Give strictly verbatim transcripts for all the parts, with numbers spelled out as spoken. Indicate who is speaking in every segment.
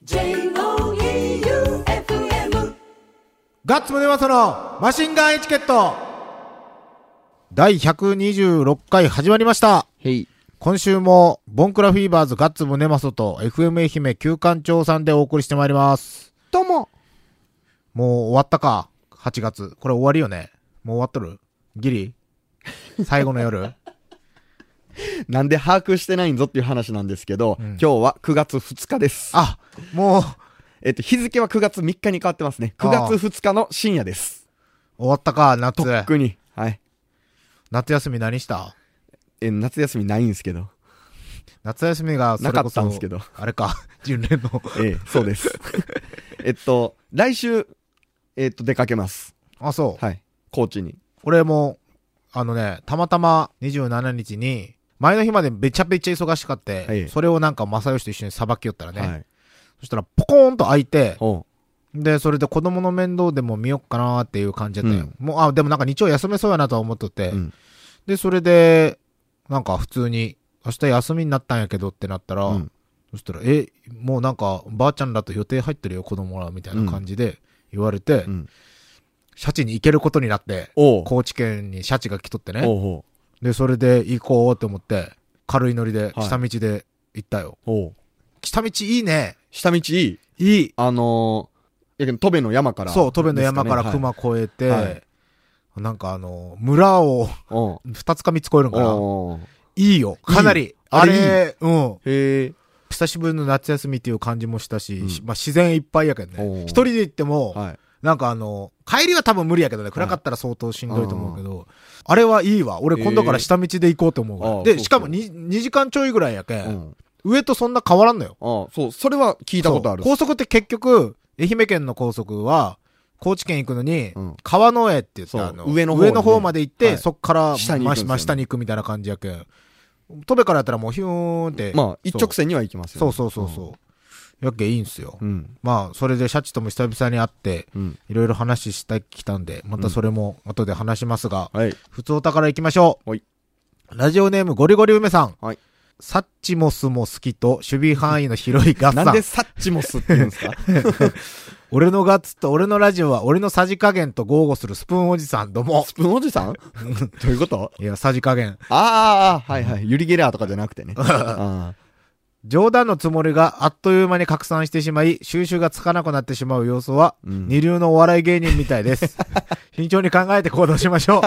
Speaker 1: ジェイオーイーユーエフエム
Speaker 2: ガッツムネマソのマシンガンエチケットだいひゃくにじゅうろっかい始まりました。
Speaker 3: へい。
Speaker 2: 今週もボンクラフィーバーズガッツムネマソと エフエム 愛媛旧館長さんでお送りしてまいります。
Speaker 3: どうも。
Speaker 2: もう終わったか。はちがつ。これ終わりよね。もう終わっとる？ギリ最後の夜
Speaker 3: なんで把握してないんぞっていう話なんですけど、うん、今日はくがつふつかです。
Speaker 2: あ、もう。
Speaker 3: えっと、日付はくがつみっかに変わってますね。くがつふつかの深夜です。
Speaker 2: 終わったか、夏。
Speaker 3: とっくに。はい。
Speaker 2: 夏休み何した？
Speaker 3: え、夏休みないんですけど。
Speaker 2: 夏休みがそれこそ
Speaker 3: なかったんですけど。
Speaker 2: あれか、純連の。
Speaker 3: ええ、そうです。えっと、来週、えっと、出かけます。
Speaker 2: あ、そう。
Speaker 3: はい。高知に。
Speaker 2: 俺も、あのね、たまたまにじゅうしちにちに、前の日までめちゃめちゃ忙しかって、はい、それをなんか正義と一緒にさばきよったらね、はい、そしたらポコーンと開いて、で、それで子供の面倒でも見よっかなーっていう感じだったよ。うん、もう、あ、でもなんか日曜休めそうやなとは思っとって、うん、で、それで、なんか普通に、明日休みになったんやけどってなったら、うん、そしたら、え、もうなんか、ばあちゃんらと予定入ってるよ、子供ら、みたいな感じで言われて、うん、シャチに行けることになって、高知県にシャチが来とってね。おうおうで、それで行こうって思って、軽いノリで、下道で行ったよ。はい、お下道いいね。
Speaker 3: 下道いい
Speaker 2: いい。
Speaker 3: あのー、やけど、戸部の山から、ね。
Speaker 2: そう、戸部の山から熊越えて、はい、なんかあのー、村を、二つか三つ越えるんかな。いいよ。かなり。いいあれ、あれうん。へえ。久しぶりの夏休みっていう感じもしたし、うん、まあ自然いっぱいやけどね。一人で行っても、はいなんかあの、帰りは多分無理やけどね、暗かったら相当しんどいと思うけど、はい、あれはいいわ。俺今度から下道で行こうと思うから。えー、で、しかも 2, にじかんちょいぐらいやけ、うん、上とそんな変わらんのよ。
Speaker 3: ああ、そう、それは聞いたことある。
Speaker 2: 高速って結局、愛媛県の高速は、高知県行くのに、うん、川の上って言ってあの、
Speaker 3: 上の方、
Speaker 2: ね、上の方まで行って、はい、そっから
Speaker 3: 下に行くんですよね、
Speaker 2: 真下に行くみたいな感じやけん。戸部からやったらもうヒューンって。
Speaker 3: まあ、一直線には行きますよね。
Speaker 2: そうそうそうそう。うんやっけいいんすよ。うん、まあ、それでシャチとも久々に会って、いろいろ話してきたんで、またそれも後で話しますが、うんはい、普通お宝行きましょう。はい、ラジオネームゴリゴリ梅さん。はい、サッチモスも好きと守備範囲の広いガッツさん。
Speaker 3: なんでサッチモスって言うんですか
Speaker 2: 俺のガッツと俺のラジオは俺のさじ加減と豪語するスプーンおじさんどうも。
Speaker 3: スプーンおじさんどういうこと
Speaker 2: いや、さじ加減。
Speaker 3: ああ、はいはい。ユリゲラーとかじゃなくてね。あ
Speaker 2: 冗談のつもりがあっという間に拡散してしまい、収集がつかなくなってしまう様子は、うん、二流のお笑い芸人みたいです。慎重に考えて行動しましょ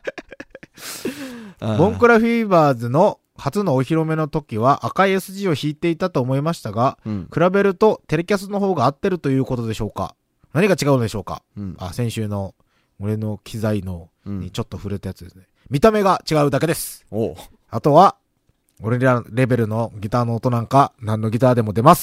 Speaker 2: う。ボンクラフィーバーズの初のお披露目の時は赤い エスジー を引いていたと思いましたが、うん、比べるとテレキャスの方が合ってるということでしょうか？何が違うのでしょうか？うん、あ、先週の俺の機材のにちょっと触れたやつですね。見た目が違うだけです。おうあとは、俺らレベルのギターの音なんか何のギターでも出ます。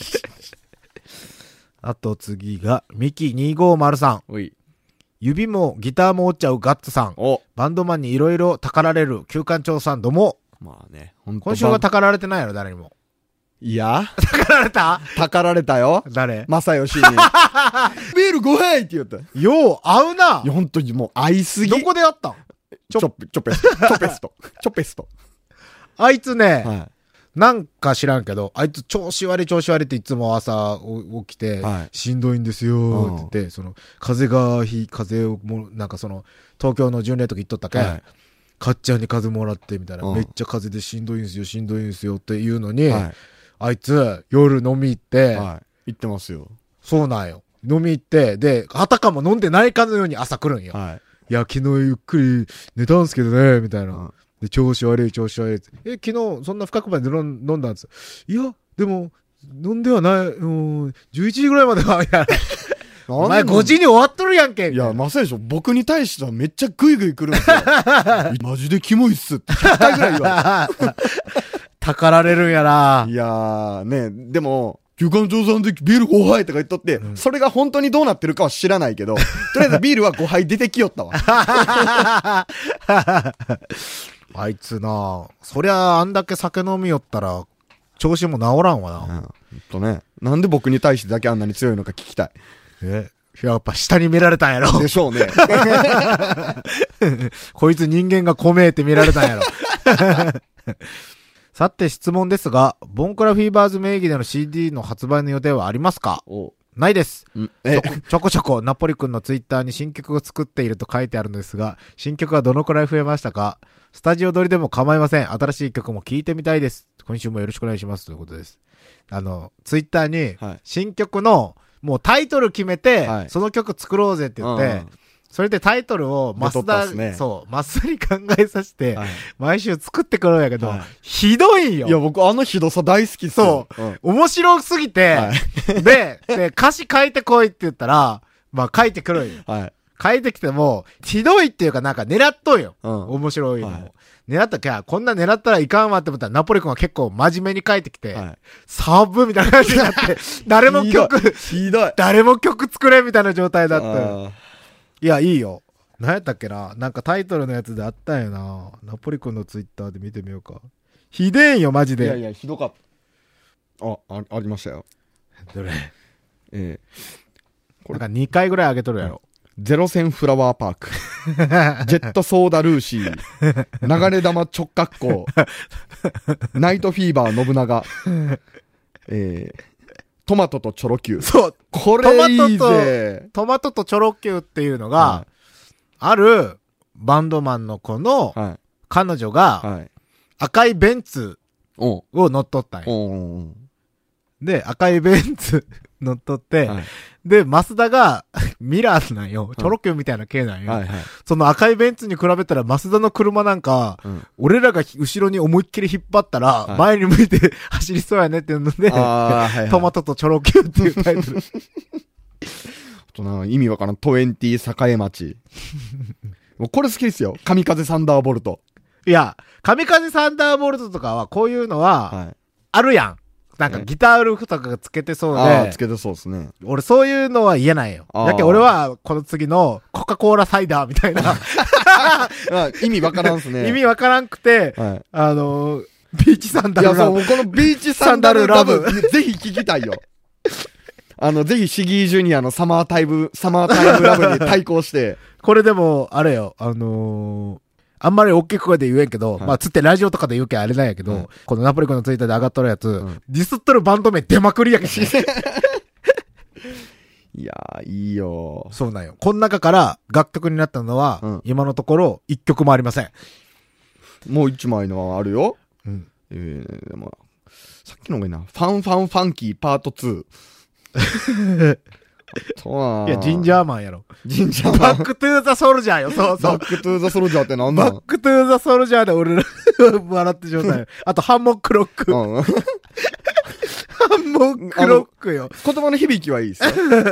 Speaker 2: あと次がミキにーごーまるさん。おい指もギターも折っちゃうガッツさん。おバンドマンにいろいろたかられる旧館長さんどうも。
Speaker 3: まあね。
Speaker 2: 今週はたかられてないやろ誰にも。
Speaker 3: いや
Speaker 2: たかられた
Speaker 3: たかられたよ。
Speaker 2: 誰
Speaker 3: 正義に。ビールごはいって言った。
Speaker 2: よう合うな。
Speaker 3: いや本当にもう合いすぎ。
Speaker 2: どこでやったん
Speaker 3: チョップ、チョペスト。チョペスト。チョペスト。
Speaker 2: あいつね、はい、なんか知らんけど、あいつ調子悪い調子悪いっていつも朝起きて、はい、しんどいんですよって言って、うん、その、風がひ、風をも、なんかその、東京の巡礼とか行っとったけ、はい、かっちゃんに風もらってみたいな、うん、めっちゃ風でしんどいんですよ、しんどいんですよっていうのに、はい、あいつ夜飲み行って、
Speaker 3: はい、行ってますよ。
Speaker 2: そうなんよ。飲み行って、で、あたかも飲んでないかのように朝来るんよ。はい、いや、昨日ゆっくり寝たんすけどね、みたいな。うんで、調子悪い、調子悪い。え、昨日、そんな深くまで飲んだんですいや、でも、飲んではない、うん、じゅういちじぐらいまでは、いや、お前ごじに終わっとるやんけ。
Speaker 3: いや、まさでしょ。僕に対してはめっちゃグイグイ来るんですよ。マジでキモいっすって。ひゃっかいぐらい言われる。
Speaker 2: たかられるんやな。
Speaker 3: いやー、ね、でも、旧館長さんでビールごはいとか言っとって、うん、それが本当にどうなってるかは知らないけど、とりあえずビールはごはい出てきよったわ。
Speaker 2: あいつなそりゃあんだけ酒飲みよったら調子も治らんわな。うん、ほん
Speaker 3: とね。なんで僕に対してだけあんなに強いのか聞きたい。
Speaker 2: えやっぱ下に見られたんやろ。
Speaker 3: でしょうね。
Speaker 2: こいつ人間が怖えって見られたんやろ。 さて質問ですが、ボンクラフィーバーズ名義での シーディー の発売の予定はありますか？
Speaker 3: お
Speaker 2: ないです。
Speaker 3: え
Speaker 2: ちょこちょこちょこナポリ君のツイッターに新曲を作っていると書いてあるのですが、新曲はどのくらい増えましたか？スタジオ撮りでも構いません。新しい曲も聴いてみたいです。今週もよろしくお願いします。ということです。あの、ツイッターに、新曲の、もうタイトル決めて、はい、その曲作ろうぜって言って、うん、それでタイトルをマスダ、ね、そう、マスダに考えさせて、はい、毎週作ってくるんやけど、はい、ひどいよ。
Speaker 3: いや、僕あのひどさ大好きっすよ。
Speaker 2: そう、うん。面白すぎて、はい、で、で、歌詞書いてこいって言ったら、まあ書いてくるんよ。はい、書いてきても、ひどいっていうかなんか狙っとんよ。うん、面白いのも。はい、狙ったきゃ、こんな狙ったらいかんわって思ったら、ナポリ君は結構真面目に書いてきて、はい、サブみたいな感じになって、誰も曲、
Speaker 3: ひどい。
Speaker 2: 誰も曲作れみたいな状態だったよ。いや、いいよ。何やったっけな、なんかタイトルのやつであったんよな。ナポリ君のツイッターで見てみようか。ひでえんよ、マジで。
Speaker 3: いやいや、ひどかった。あ、あ、ありましたよ。
Speaker 2: どれ？
Speaker 3: ええ
Speaker 2: ー。なんかにかいぐらい上げとるやろ。
Speaker 3: ゼロ戦フラワーパーク。ジェットソーダルーシー。流れ玉直角行。ナイトフィーバー信長。えー、トマトとチョロ Q。
Speaker 2: そう。
Speaker 3: これいいぜ。
Speaker 2: トマトとチョロ Q っていうのが、はい、あるバンドマンの子の彼女が赤いベンツを乗っ取ったんよ。で、赤いベンツ乗っ取って、はい、で、マスダがミラーなんよ。チョロ Q みたいな系なんよ。はいはい、その赤いベンツに比べたらマスダの車なんか、うん、俺らが後ろに思いっきり引っ張ったら、前に向いて走りそうやねっていうので、はいはい、トマトとチョロ Q っていうタイトル。
Speaker 3: とな、意味わからん。トエンティ栄町。もうこれ好きですよ。神風サンダーボルト。
Speaker 2: いや、神風サンダーボルトとかはこういうのは、はい、あるやん。なんかギターウルフとかがつけてそうで。あ
Speaker 3: あ、つけてそうですね。
Speaker 2: 俺そういうのは言えないよ。だけど俺はこの次のコカ・コーラサイダーみたいな。
Speaker 3: 意味わからんすね。
Speaker 2: 意味わからんくて、はい、あのー、ビーチサンダルラブ。
Speaker 3: いや、そう、このビーチサンダルラブ、ぜひ聞きたいよ。あの、ぜひシギージュニアのサマータイム、サマータイムラブに対抗して。
Speaker 2: これでも、あれよ、あのー、あんまり大きい声で言えんけど、はい、まあ、つってラジオとかで言うけんあれなんやけど、はい、このナポリコのツイッターで上がっとるやつ、うん、ディスっとるバンド名出まくりやけん。
Speaker 3: いやー、いいよ。
Speaker 2: そうなんよ。この中から楽曲になったのは、うん、今のところ一曲もありません。
Speaker 3: もう一枚のはあるよ。うん。えー、でも、さっきのがいいな。ファンファンファンキーパートツー。
Speaker 2: いや、ジンジャーマンやろ。
Speaker 3: ジンジャーマン。
Speaker 2: バックトゥーザソルジャーよ、そうそう。
Speaker 3: バックトゥーザソルジャーってなんだ
Speaker 2: バックトゥーザソルジャーで俺ら、笑って状態。あと、ハンモックロック。うん、ハンモックロックよ。
Speaker 3: 言葉の響きはいいですよ。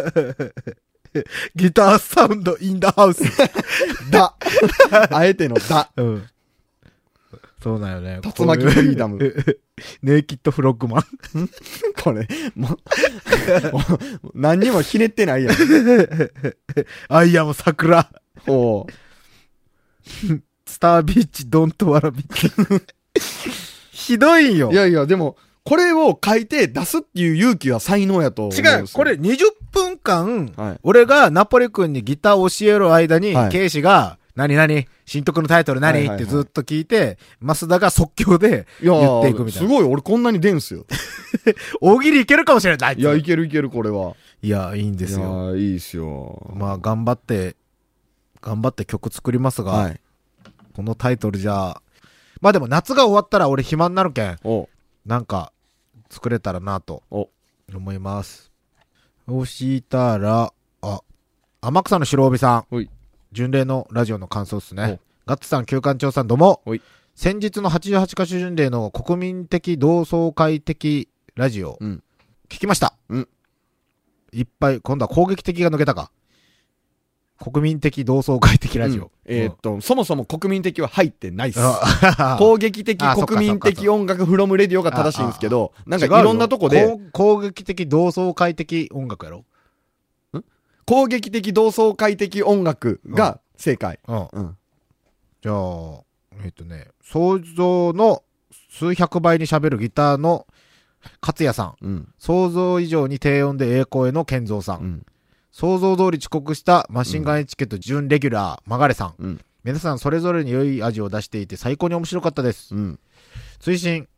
Speaker 2: ギターサウンドインダハウス。
Speaker 3: だ。あえてのだ。うん。
Speaker 2: そうだよね。
Speaker 3: 竜巻フリーダム。
Speaker 2: ネイキッドフロッグマン。
Speaker 3: これ、もう、何にもひねってないやん。
Speaker 2: アイアム桜。
Speaker 3: おう。
Speaker 2: スタービーチドントワラビッチ。ひどいよ。
Speaker 3: いやいや、でも、これを書いて出すっていう勇気は才能やと思う。
Speaker 2: 違う、これにじゅっぷんかん、はい、俺がナポリ君にギターを教える間に、はい、ケイシが、何何新曲のタイトル何、はいはいはい、ってずっと聞いて、増田が即興で言っていくみたいな。
Speaker 3: すごい、俺こんなに出んすよ。
Speaker 2: 大喜利いけるかもしれない。
Speaker 3: いや、いけるいける、これは。
Speaker 2: いや、いいんですよ。
Speaker 3: いや、いいっすよ。
Speaker 2: まあ、頑張って、頑張って曲作りますが、はい、このタイトルじゃ、まあでも夏が終わったら俺暇になるけん、おなんか、作れたらなと、思います。そしたら、あ、天草の白帯さん。巡礼のラジオの感想ですね。ガッツさん、旧館長さん、どうも。先日のはちじゅうはちかしょ巡礼の国民的同窓会的ラジオ、うん、聞きました、うん。いっぱい、今度は攻撃的が抜けたか。国民的同窓会的ラジオ。うん、
Speaker 3: えー、っと、うん、そもそも国民的は入ってないっす。攻撃的国民的音楽フロムレディオが正しいんですけど、なんかいろんなとこで。
Speaker 2: 攻撃的同窓会的音楽やろ
Speaker 3: 攻撃的同窓会的音楽が正解。うん。うん、
Speaker 2: じゃあ、えっとね、想像の数百倍に喋るギターの勝也さん。うん、想像以上に低音で栄光への健三さん。うん、想像通り遅刻したマシンガンエチケット準レギュラー、マガレさん。うん、皆さんそれぞれに良い味を出していて最高に面白かったです。うん、追伸、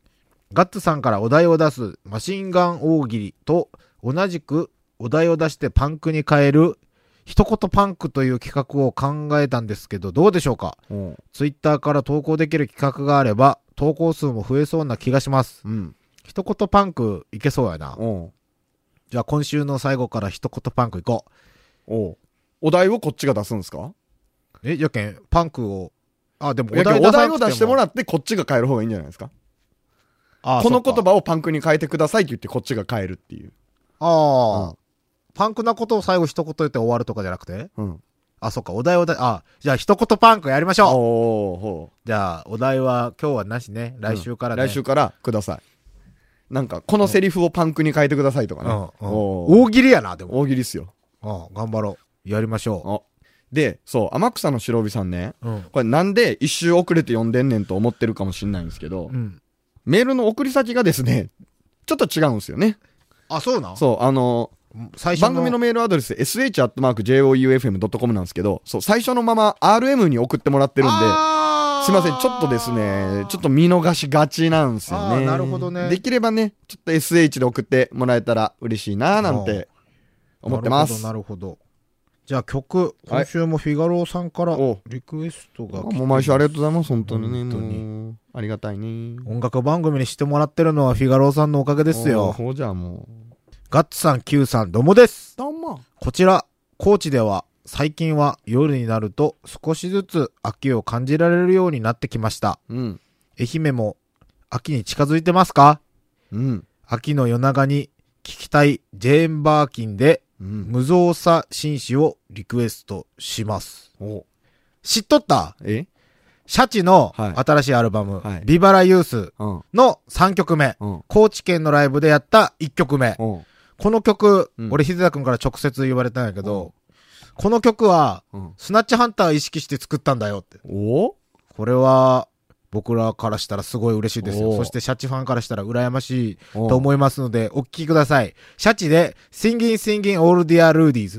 Speaker 2: ガッツさんからお題を出すマシンガン大喜利と同じくお題を出してパンクに変える一言パンクという企画を考えたんですけど、どうでしょうか。ツイッターから投稿できる企画があれば投稿数も増えそうな気がします。うん、一言パンクいけそうやな。じゃあ今週の最後から一言パンクいこ
Speaker 3: う。お, お題をこっちが出すんですか。
Speaker 2: え、じゃけんパンクを、あ、でも
Speaker 3: お題, お題を出してもらってこっちが変える方がいいんじゃないですか。ああ、この言葉をパンクに変えてくださいって言ってこっちが変えるっていう。
Speaker 2: ああ、うん、パンクなことを最後一言言って終わるとかじゃなくて、うん、あ、そっか、お題お題、あ、じゃあ一言パンクやりましょう。おほう。じゃあお題は今日はなしね、来週からね、
Speaker 3: うん、来週からください。なんかこのセリフをパンクに変えてくださいとかね、うんうん、
Speaker 2: 大喜利やな。でも
Speaker 3: 大喜利っすよ。
Speaker 2: ああ、頑張ろう、やりましょ
Speaker 3: う。で、そう、天草の白帯さんね、うん、これなんで一周遅れて読んでんねんと思ってるかもしんないんですけど、うん、メールの送り先がですね、ちょっと違うんですよね。
Speaker 2: あ、そうなん？
Speaker 3: そう、あの、最初の番組のメールアドレス エスエイチ アットマーク ジェイオーユーエフエム ドットコム なんですけど、そう、最初のまま アールエム に送ってもらってるんで、すいません、ちょっとですね、ちょっと見逃しがちなんですよね。
Speaker 2: なるほどね。
Speaker 3: できればね、ちょっと エスエイチ で送ってもらえたら嬉しいなーなんて思ってます。
Speaker 2: なるほど、なるほど。じゃあ曲、今週もフィガローさんからリクエストが来て、
Speaker 3: もう毎週ありがとうございます、本当にね。本当にありがたいね。
Speaker 2: 音楽番組にしてもらってるのはフィガローさんのおかげですよ。
Speaker 3: そうじゃあもう。
Speaker 2: ガッツさん、Q さん、どうもです。
Speaker 3: どうも。
Speaker 2: こちら、高知では最近は夜になると少しずつ秋を感じられるようになってきました。うん。愛媛も秋に近づいてますか？うん。秋の夜長に聞きたいジェーン・バーキンで、うん、無造作紳士をリクエストします。お、知っとった？え？シャチの新しいアルバム、はい、ビバラユースのさんきょくめ、うん、高知県のライブでやったいっきょくめ。うん、この曲、うん、俺、秀田くんから直接言われたんやけど、うん、この曲は、うん、スナッチハンター意識して作ったんだよって。お？これは、僕らからしたらすごい嬉しいですよ。そしてシャチファンからしたら羨ましいと思いますので、お聞きください。シャチで、Singing Singing All Dear Rudies。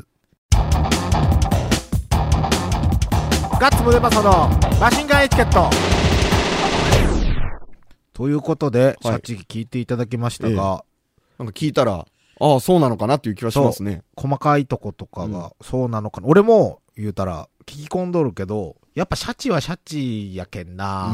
Speaker 2: ガッツムデパソのマシンガンエチケット。ということで、はい、シャチ聞いていただきましたが、
Speaker 3: ええ、なんか聞いたら、ああ、そうなのかなっていう気がしますね。
Speaker 2: 細かいとことかが、そうなのかな。うん、俺も言うたら、聞き込んどるけど、やっぱシャチはシャチやけんな、うん、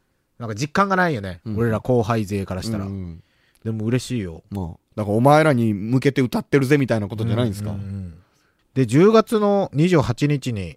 Speaker 2: なんか実感がないよね、うん、俺ら後輩勢からしたら、うん、でも嬉しいよ。
Speaker 3: まあ、だからお前らに向けて歌ってるぜみたいなことじゃないんですか、うんうんうん、
Speaker 2: でじゅうがつのにじゅうはちにちに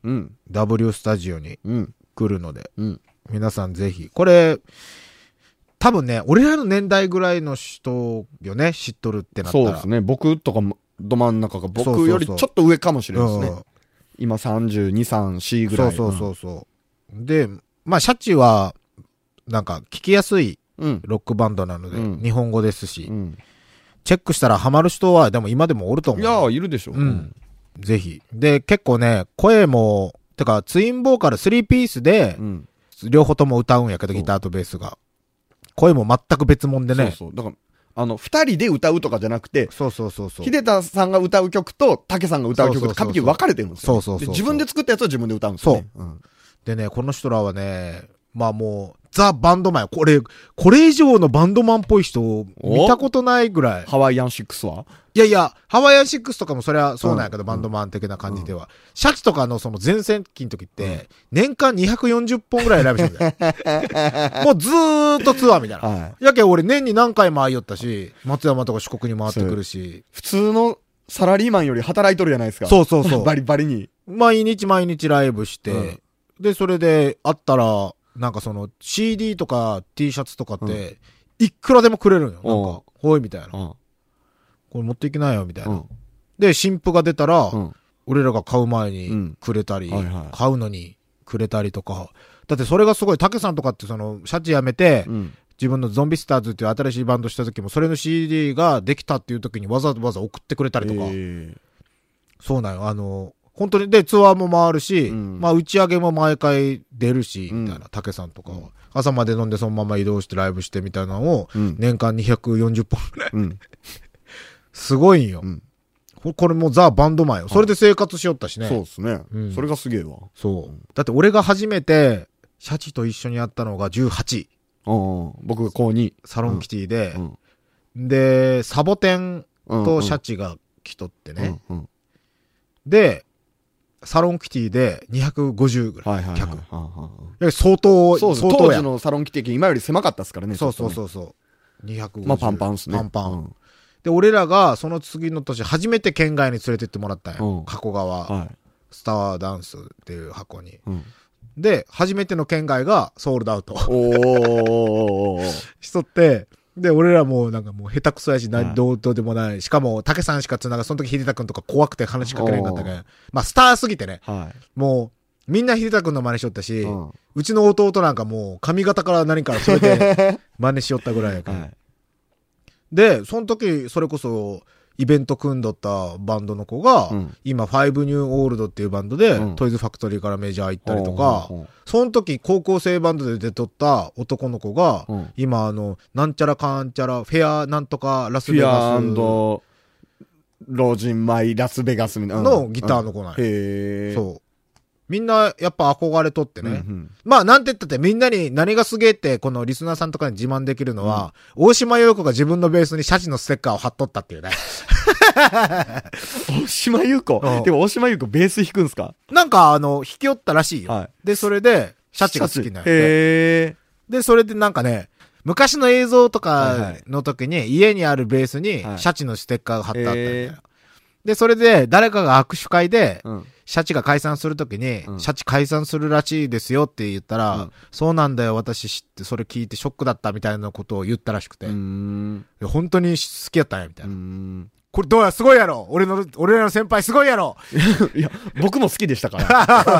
Speaker 2: W スタジオに来るので、うん、皆さんぜひこれ多分ね俺らの年代ぐらいの人よね、知っとるってなったら。
Speaker 3: そうですね、僕とかど真ん中が僕よりちょっと上かもしれないですね。そうそうそう、今さんじゅうに、さん、よんぐらい。
Speaker 2: そうそうそうそう、うん、でまあシャチはなんか聞きやすいロックバンドなので、うん、日本語ですし、うん、チェックしたらハマる人はでも今でもおると思う。
Speaker 3: いやいるでしょう、うん、
Speaker 2: ぜひ。で結構ね声もてかツインボーカルスリーピースで、うん、両方とも歌うんやけどギターとベースが声も全く別物でね。
Speaker 3: そうそう、だからあの二人で歌うとかじゃなくて、
Speaker 2: そうそうそうそう、
Speaker 3: 秀田さんが歌う曲と竹さんが歌う曲と完璧に分かれてるんですよ、ね。そうそうそうそう、自分で作ったやつは自分で歌うんですよね。そう、うん、
Speaker 2: でねこの人らはね、まあもうザ・バンドマン、これこれ以上のバンドマンっぽい人見たことないぐらい。
Speaker 3: ハワイアンシックスは？
Speaker 2: いやいや、ハワイアンシックスとかもそれはそうなんやけど、うん、バンドマン的な感じでは、うん、シャチとかのその前世紀の時って、うん、年間にひゃくよんじゅっぽんぐらいライブしてるんだよ。もうずーっとツアーみたいな。はい、やけん俺年に何回も会いよったし、松山とか四国に回ってくるし。
Speaker 3: 普通のサラリーマンより働いとるじゃないですか。
Speaker 2: そうそうそう。
Speaker 3: バリバリに。
Speaker 2: 毎日毎日ライブして、うん、で、それで会ったら、なんかその シーディー とか T シャツとかって、いくらでもくれるんよ。なんか、ほいみたいな。これ持っていけないよみたいな。で、新譜が出たら、俺らが買う前にくれたり、買うのにくれたりとか。だってそれがすごい、竹さんとかってその、シャチやめて、自分のゾンビスターズっていう新しいバンドした時も、それの シーディー ができたっていう時にわざわざ送ってくれたりとか。そうなんよ。あの、本当に、で、ツアーも回るし、うん、まあ、打ち上げも毎回出るし、うん、みたいな、竹さんとかは、うん。朝まで飲んでそのまま移動してライブしてみたいなのを、うん、年間にひゃくよんじゅっぽんぐらい。うん、すごいんよ、うん。これもザ・バンドマンよ。それで生活しよったしね。
Speaker 3: そうですね、うん。それがすげえわ。
Speaker 2: そう。だって俺が初めて、シャチと一緒にやったのがじゅうはち。
Speaker 3: おう僕がこうに。
Speaker 2: サロンキティで、
Speaker 3: うん
Speaker 2: で、サボテンとシャチが来とってね。うんうん、で、サロンキティでにひゃくごじゅうぐらい。はいはいはい、客。はいはい、相当、
Speaker 3: そうそう、当時のサロンキティ今より狭かったですからね。
Speaker 2: そうそうそうそう。にひゃくごじゅう。
Speaker 3: まあパンパンっすね。
Speaker 2: パンパン。うん、で、俺らがその次の年初めて県外に連れてってもらったんよ。うん、加古川、はい。スターダンスっていう箱に。うん、で、初めての県外がソールドアウト。おー。しとって、で、俺らもなんかもう下手くそやし、何、どうでもない。しかも、竹さんしか繋が、その時秀田くんとか怖くて話しかけれんかったけど、まあ、スターすぎてね。はい、もう、みんな秀田くんの真似しよったし、うん、うちの弟なんかもう髪型から何からそれで真似しよったぐらいやから。はい、で、その時、それこそ、イベント組んどったバンドの子が、うん、今、ファイブニューオールドっていうバンドで、うん、トイズファクトリーからメジャー行ったりとか、うん、その時、高校生バンドで出とった男の子が、うん、今、あの、なんちゃらかんちゃら、フェアなんとかラスベガス。フェア
Speaker 3: 老人マイラスベガスみたいな。
Speaker 2: のギターの子なんや。
Speaker 3: へー。
Speaker 2: そう。みんな、やっぱ憧れとってね。うんうん、まあ、なんて言ったってみんなに何がすげえって、このリスナーさんとかに自慢できるのは、うん、大島優子が自分のベースにシャチのステッカーを貼っとったっていうね。
Speaker 3: 大島優子、うん、でも大島優子ベース弾くんすか？
Speaker 2: なんか、あの、弾きよったらしいよ。はい、で、それで、シャチが好きなんや。へー。で、それでなんかね、昔の映像とかの時に、家にあるベースに、シャチのステッカーが貼ってあったみたいな。で、それで、誰かが握手会で、うん、シャチが解散するときに、うん、シャチ解散するらしいですよって言ったら、うん、そうなんだよ、私知って、それ聞いてショックだったみたいなことを言ったらしくて。うーんいや本当に好きやったんや、みたいな。うーんこれどうや、すごいやろ俺の、俺らの先輩すごいやろ
Speaker 3: いや、僕も好きでしたから。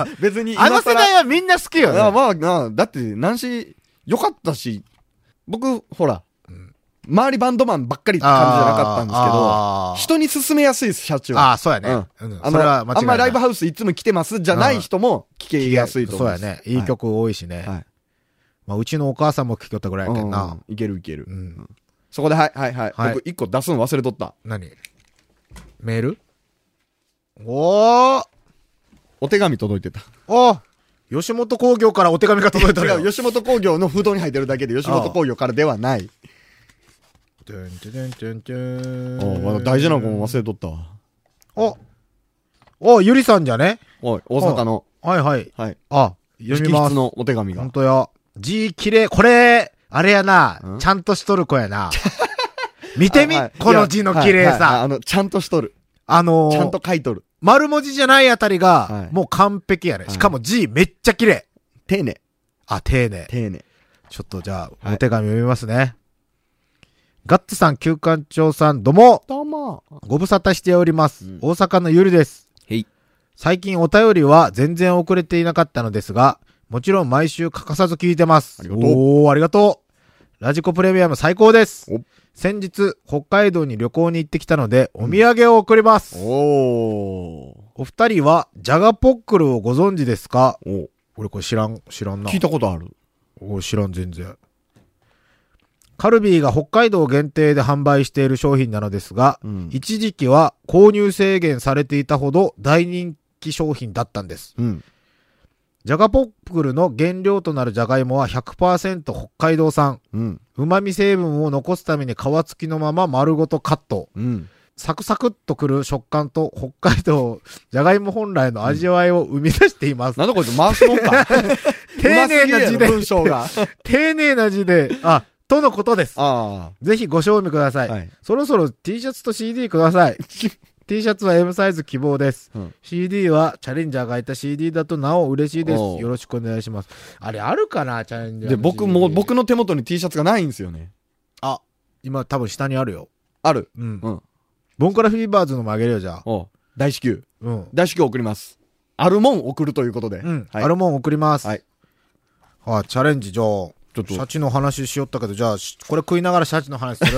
Speaker 3: 別に今更。
Speaker 2: あの世代はみんな好きよね。
Speaker 3: あまあ、なだって、なんし、よかったし、僕、ほら、周りバンドマンばっかりって感じじゃなかったんですけど、人に勧めやすいです、社長。
Speaker 2: ああ、そうやね。うん。
Speaker 3: あの、あんまライブハウスいつも来てますじゃない人も聞けやすいと思う。
Speaker 2: そうやね。いい曲多いしね。はい。まあ、うちのお母さんも聴きよったぐらいやけんな。
Speaker 3: いけるいける。うん。そこで、はい、はい、はい。僕、一個出すの忘れとった。
Speaker 2: 何メールおー
Speaker 3: お手紙届いてた。
Speaker 2: お吉本興業からお手紙が届いた
Speaker 3: よ。吉本興業の封筒に入ってるだけで、吉本興業からではない。
Speaker 2: てんてんてんてん。
Speaker 3: ああ、大事な子も忘れとったわ。
Speaker 2: おおゆりさんじゃね
Speaker 3: おい、大阪の。
Speaker 2: はいはい。
Speaker 3: はい。
Speaker 2: あ、読みます。
Speaker 3: のお手紙が。
Speaker 2: ほんとや。字綺麗。これ、あれやな。ちゃんとしとる子やな。見てみ、この字の綺麗さ。
Speaker 3: あの、ちゃんとしとる。
Speaker 2: あの
Speaker 3: ちゃんと書いとる。
Speaker 2: 丸文字じゃないあたりが、もう完璧やね。しかも字めっちゃ綺麗。
Speaker 3: 丁寧。
Speaker 2: あ、丁寧。
Speaker 3: 丁寧。
Speaker 2: ちょっとじゃあ、お手紙読みますね。ガッツさん、旧館長さん、どうも。
Speaker 3: どうも。
Speaker 2: ご無沙汰しております。うん、大阪のゆりです。
Speaker 3: へい。
Speaker 2: 最近お便りは全然遅れていなかったのですが、もちろん毎週欠かさず聞いてます。
Speaker 3: ありがとう。
Speaker 2: おー、ありがとう。ラジコプレミアム最高です。先日、北海道に旅行に行ってきたので、お土産を送ります。
Speaker 3: うん、おー。
Speaker 2: お二人は、ジャガポックルをご存知ですか？お俺これ知らん、知らんな。
Speaker 3: 聞いたことある。
Speaker 2: お知らん、全然。カルビーが北海道限定で販売している商品なのですが、うん、一時期は購入制限されていたほど大人気商品だったんです。うん、ジャガポックルの原料となるジャガイモは ひゃくパーセント 北海道産。うん、旨味成分を残すために皮付きのまま丸ごとカット。うん、サクサクっとくる食感と北海道ジャガイモ本来の味わいを生み出しています。
Speaker 3: うん、なんだこいつ回すのか
Speaker 2: 丁寧な字で。
Speaker 3: 文章が。
Speaker 2: 丁寧な字で。あ、とのことです。あぜひご賞味ください、はい。そろそろ T シャツと シーディー ください。T シャツは エム サイズ希望です、うん。シーディー はチャレンジャーがいた シーディー だとなお嬉しいです。よろしくお願いします。あれあるかなチャレンジャー。
Speaker 3: で、僕も、僕の手元に T シャツがないんですよね。
Speaker 2: あ、今多分下にあるよ。
Speaker 3: ある。
Speaker 2: うん。うん。ボンカラフィーバーズのもあげるよ、じゃあ。
Speaker 3: お大至急。うん。大至急送ります。あるもん送るということで。
Speaker 2: うん。はい、あるもん送ります。はい。ああ、チャレンジ、じゃあ。ちょっと。シャチの話しよったけど、じゃあ、これ食いながらシャチの話する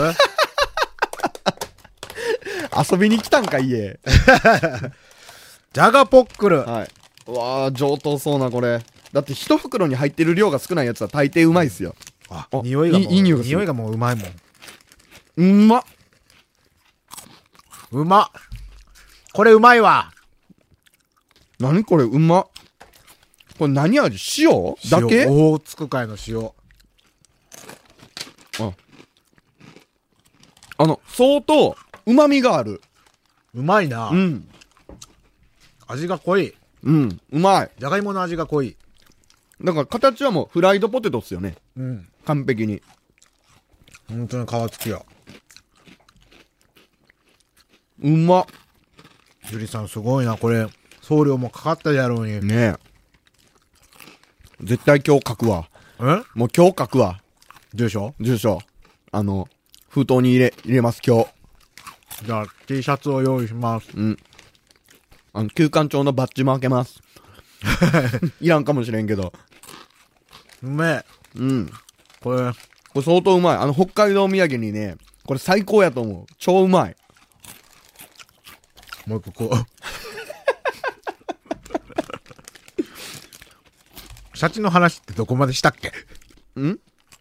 Speaker 3: 遊びに来たんか、家。
Speaker 2: ジャガポックル。
Speaker 3: はい。うわー、上等そうな、これ。だって一袋に入ってる量が少ないやつは大抵うまいっすよ。
Speaker 2: あ、匂いがもう、いい匂いがする。匂いがもううまいもん。
Speaker 3: うまっ。
Speaker 2: うまっ。これうまいわ。
Speaker 3: 何これ、うまっ。これ何味？塩だけ？
Speaker 2: オホーツク海の塩。
Speaker 3: 相当、旨味がある。
Speaker 2: うまいな。
Speaker 3: うん。
Speaker 2: 味が濃い。
Speaker 3: うん。うまい。
Speaker 2: じゃがいもの味が濃い。
Speaker 3: だから形はもうフライドポテトっすよね。
Speaker 2: うん。
Speaker 3: 完璧に。
Speaker 2: 本当に皮付きや。
Speaker 3: うまっ。
Speaker 2: ジュリさんすごいな、これ。送料もかかったやろうに。
Speaker 3: ねえ。絶対今日書くわ。
Speaker 2: え
Speaker 3: もう今日書くわ。
Speaker 2: 住所
Speaker 3: 住所。あの、封筒に入れ、入れます、今日。
Speaker 2: じゃあ、T シャツを用意します。
Speaker 3: うん。あの、休館長のバッジも開けます。いらんかもしれんけど。
Speaker 2: うめえ。
Speaker 3: うん。
Speaker 2: これ、
Speaker 3: これ相当うまい。あの、北海道土産にね、これ最高やと思う。超うまい。
Speaker 2: もう一個こう。シャチの話ってどこまでしたっけ？
Speaker 3: ん ?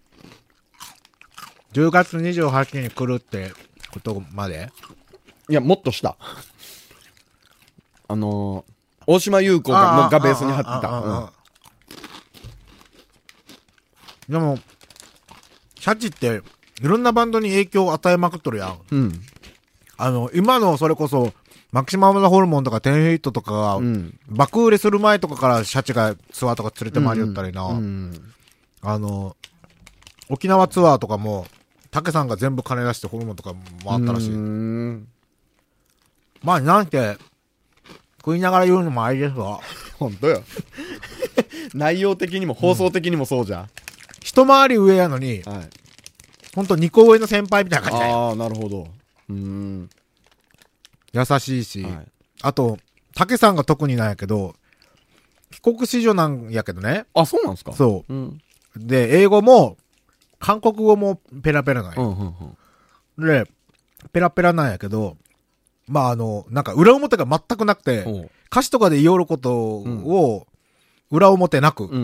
Speaker 2: じゅうがつにじゅうはちにちに来るってことまで？
Speaker 3: いや、もっとした。あのー、大島優子がのがベースに貼ってた。
Speaker 2: でも、シャチっていろんなバンドに影響を与えまくっとるやん。
Speaker 3: うん。
Speaker 2: あの、今のそれこそ、マキシマムザホルモンとかテンヒットとかが、うん、爆売れする前とかからシャチがツアーとか連れて回りよったりな、うんうん、あの沖縄ツアーとかもタケさんが全部金出してホルモンとか回ったらしい。うん、まあなんて食いながら言うのもあれですわ。
Speaker 3: 本当よ。内容的にも放送的にもそうじゃん、うん、
Speaker 2: 一回り上やのに、はい、ほんとにこ上の先輩みたいな感じだよ。
Speaker 3: ああなるほど。うーん
Speaker 2: 優しいし、はい、あと、竹さんが特になんやけど、帰国子女なんやけどね。
Speaker 3: あ、そうなんですか？
Speaker 2: そう。うん、で、英語も、韓国語もペラペラなんや、うんうんうん。で、ペラペラなんやけど、まああの、なんか裏表が全くなくて、歌詞とかで言おることを、裏表なく、うんうん、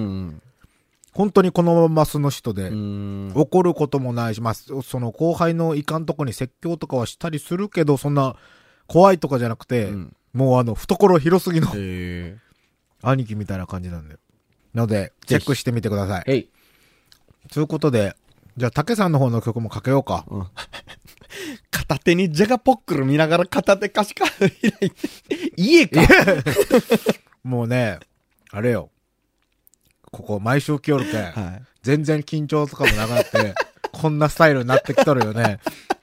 Speaker 2: 本当にこのまま素の人で、怒ることもないし、まあ、その後輩のいかんとこに説教とかはしたりするけど、そんな、怖いとかじゃなくて、うん、もうあの、懐広すぎの兄貴みたいな感じなんだよ。ので、チェックしてみてください。い。ということで、じゃあ、竹さんの方の曲もかけようか。うん、
Speaker 3: 片手にジャガポックル見ながら片手歌詞カード開いて、家か
Speaker 2: もうね、あれよ。ここ毎週来よるけん、はい、全然緊張とかもなくなって、こんなスタイルになってきとるよね。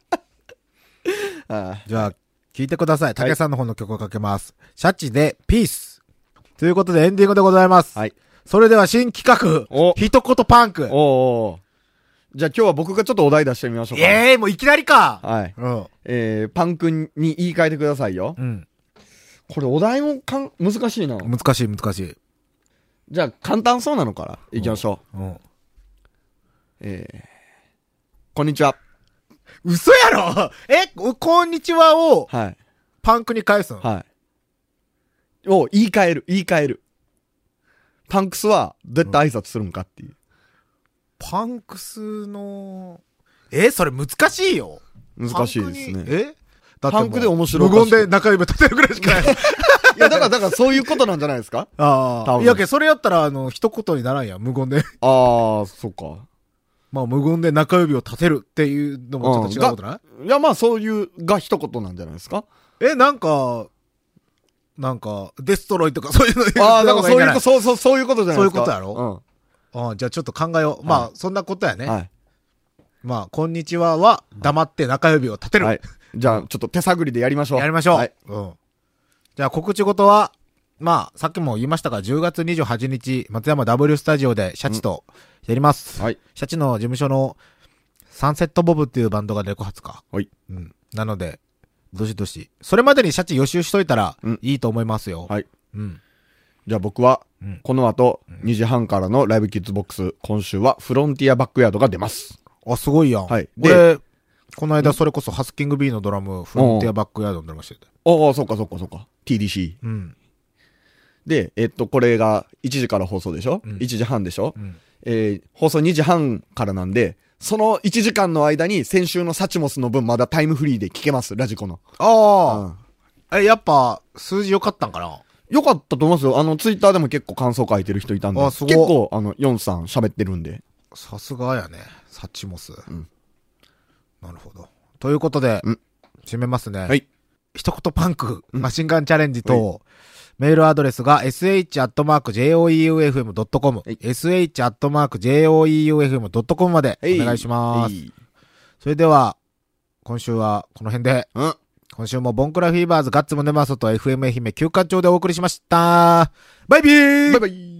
Speaker 2: ああじゃあ、聞いてください。竹さんの方の曲をかけます。はい、シャチでピース。ということでエンディングでございます。はい。それでは新企画。一言パンク。
Speaker 3: おお。じゃあ今日は僕がちょっとお題出してみましょうか。
Speaker 2: ええー、もういきなりか。
Speaker 3: はい。うん。えー、パンクに言い換えてくださいよ。うん。これお題もかん、難しいな。
Speaker 2: 難しい難しい。
Speaker 3: じゃあ簡単そうなのから行きましょう。うん。うん、えー、こんにちは。
Speaker 2: 嘘やろえ、こんにちはを、はい。パンクに返すの？はい。
Speaker 3: を言い換える、言い換える。パンクスはどうやって挨拶するんかっていう。うん、
Speaker 2: パンクスの、え、それ難しいよ。
Speaker 3: 難しいですね。
Speaker 2: えだって
Speaker 3: パンクで面白い。
Speaker 2: 無言で中指立てるぐらいしかない。
Speaker 3: いや、だから、だからそういうことなんじゃないですか？
Speaker 2: ああ。いやけ、それやったら、あの、一言にならんやん、無言で。
Speaker 3: ああ、そっか。
Speaker 2: まあ、無言で中指を立てるっていうのもちょっと違うことない？
Speaker 3: いや、まあ、そういうが一言なんじゃないですか？
Speaker 2: え、なんか、なんか、デストロイとかそういうの言う。
Speaker 3: ああ、だからそういう、そう、そう、そういうことじゃないですか。
Speaker 2: そういうことやろ？うん。ああ、じゃあちょっと考えよう。まあ、そんなことやね。はい。まあ、こんにちはは、黙って中指を立てる。はい。
Speaker 3: じゃあ、ちょっと手探りでやりましょう。
Speaker 2: やりましょう。はい。うん。じゃあ、告知事は、まあ、さっきも言いましたが、じゅうがつにじゅうはちにち、松山 W スタジオでシャチとやります。うん、はい。シャチの事務所のサンセットボブっていうバンドがレコ発か。はい。うん。なので、どしどし。それまでにシャチ予習しといたら、いいと思いますよ。うん、はい。うん。
Speaker 3: じゃあ僕は、うん、この後、にじはんからのライブキッズボックス、今週はフロンティアバックヤードが出ます。
Speaker 2: あ、すごいやん。はい。で、この間それこそハスキング B のドラム、フロンティアバックヤードに出ました
Speaker 3: よ。ああ、そっかそっかそっか。ティーディーシー。うん。で、えっと、これがいちじから放送でしょ、うん、いちじはんでしょ、うん、えー、放送にじはんからなんで、そのいちじかんの間に先週のサチモスの分まだタイムフリーで聞けます、ラジコの。
Speaker 2: ああ、うん。え、やっぱ、数字良かったんかな？
Speaker 3: 良かったと思いますよ。あの、ツイッターでも結構感想書いてる人いたんで。あ、すごい。結構、あの、ヨンさん喋ってるんで。
Speaker 2: さすがやね、サチモス。うん。なるほど。 ということで、
Speaker 3: うん、
Speaker 2: 締めますね。
Speaker 3: はい。
Speaker 2: 一言パンク、マシンガンチャレンジと、メールアドレスが エスエイチアットマークジェイオーイーユーエフエムドットコム、エスエイチアットマークジェイオーイーユーエフエムドットコム までお願いします。それでは、今週はこの辺で、
Speaker 3: うん、
Speaker 2: 今週もボンクラフィーバーズガッツムネマソと エフエム 愛媛休暇町でお送りしました。バイビー
Speaker 3: バイバイ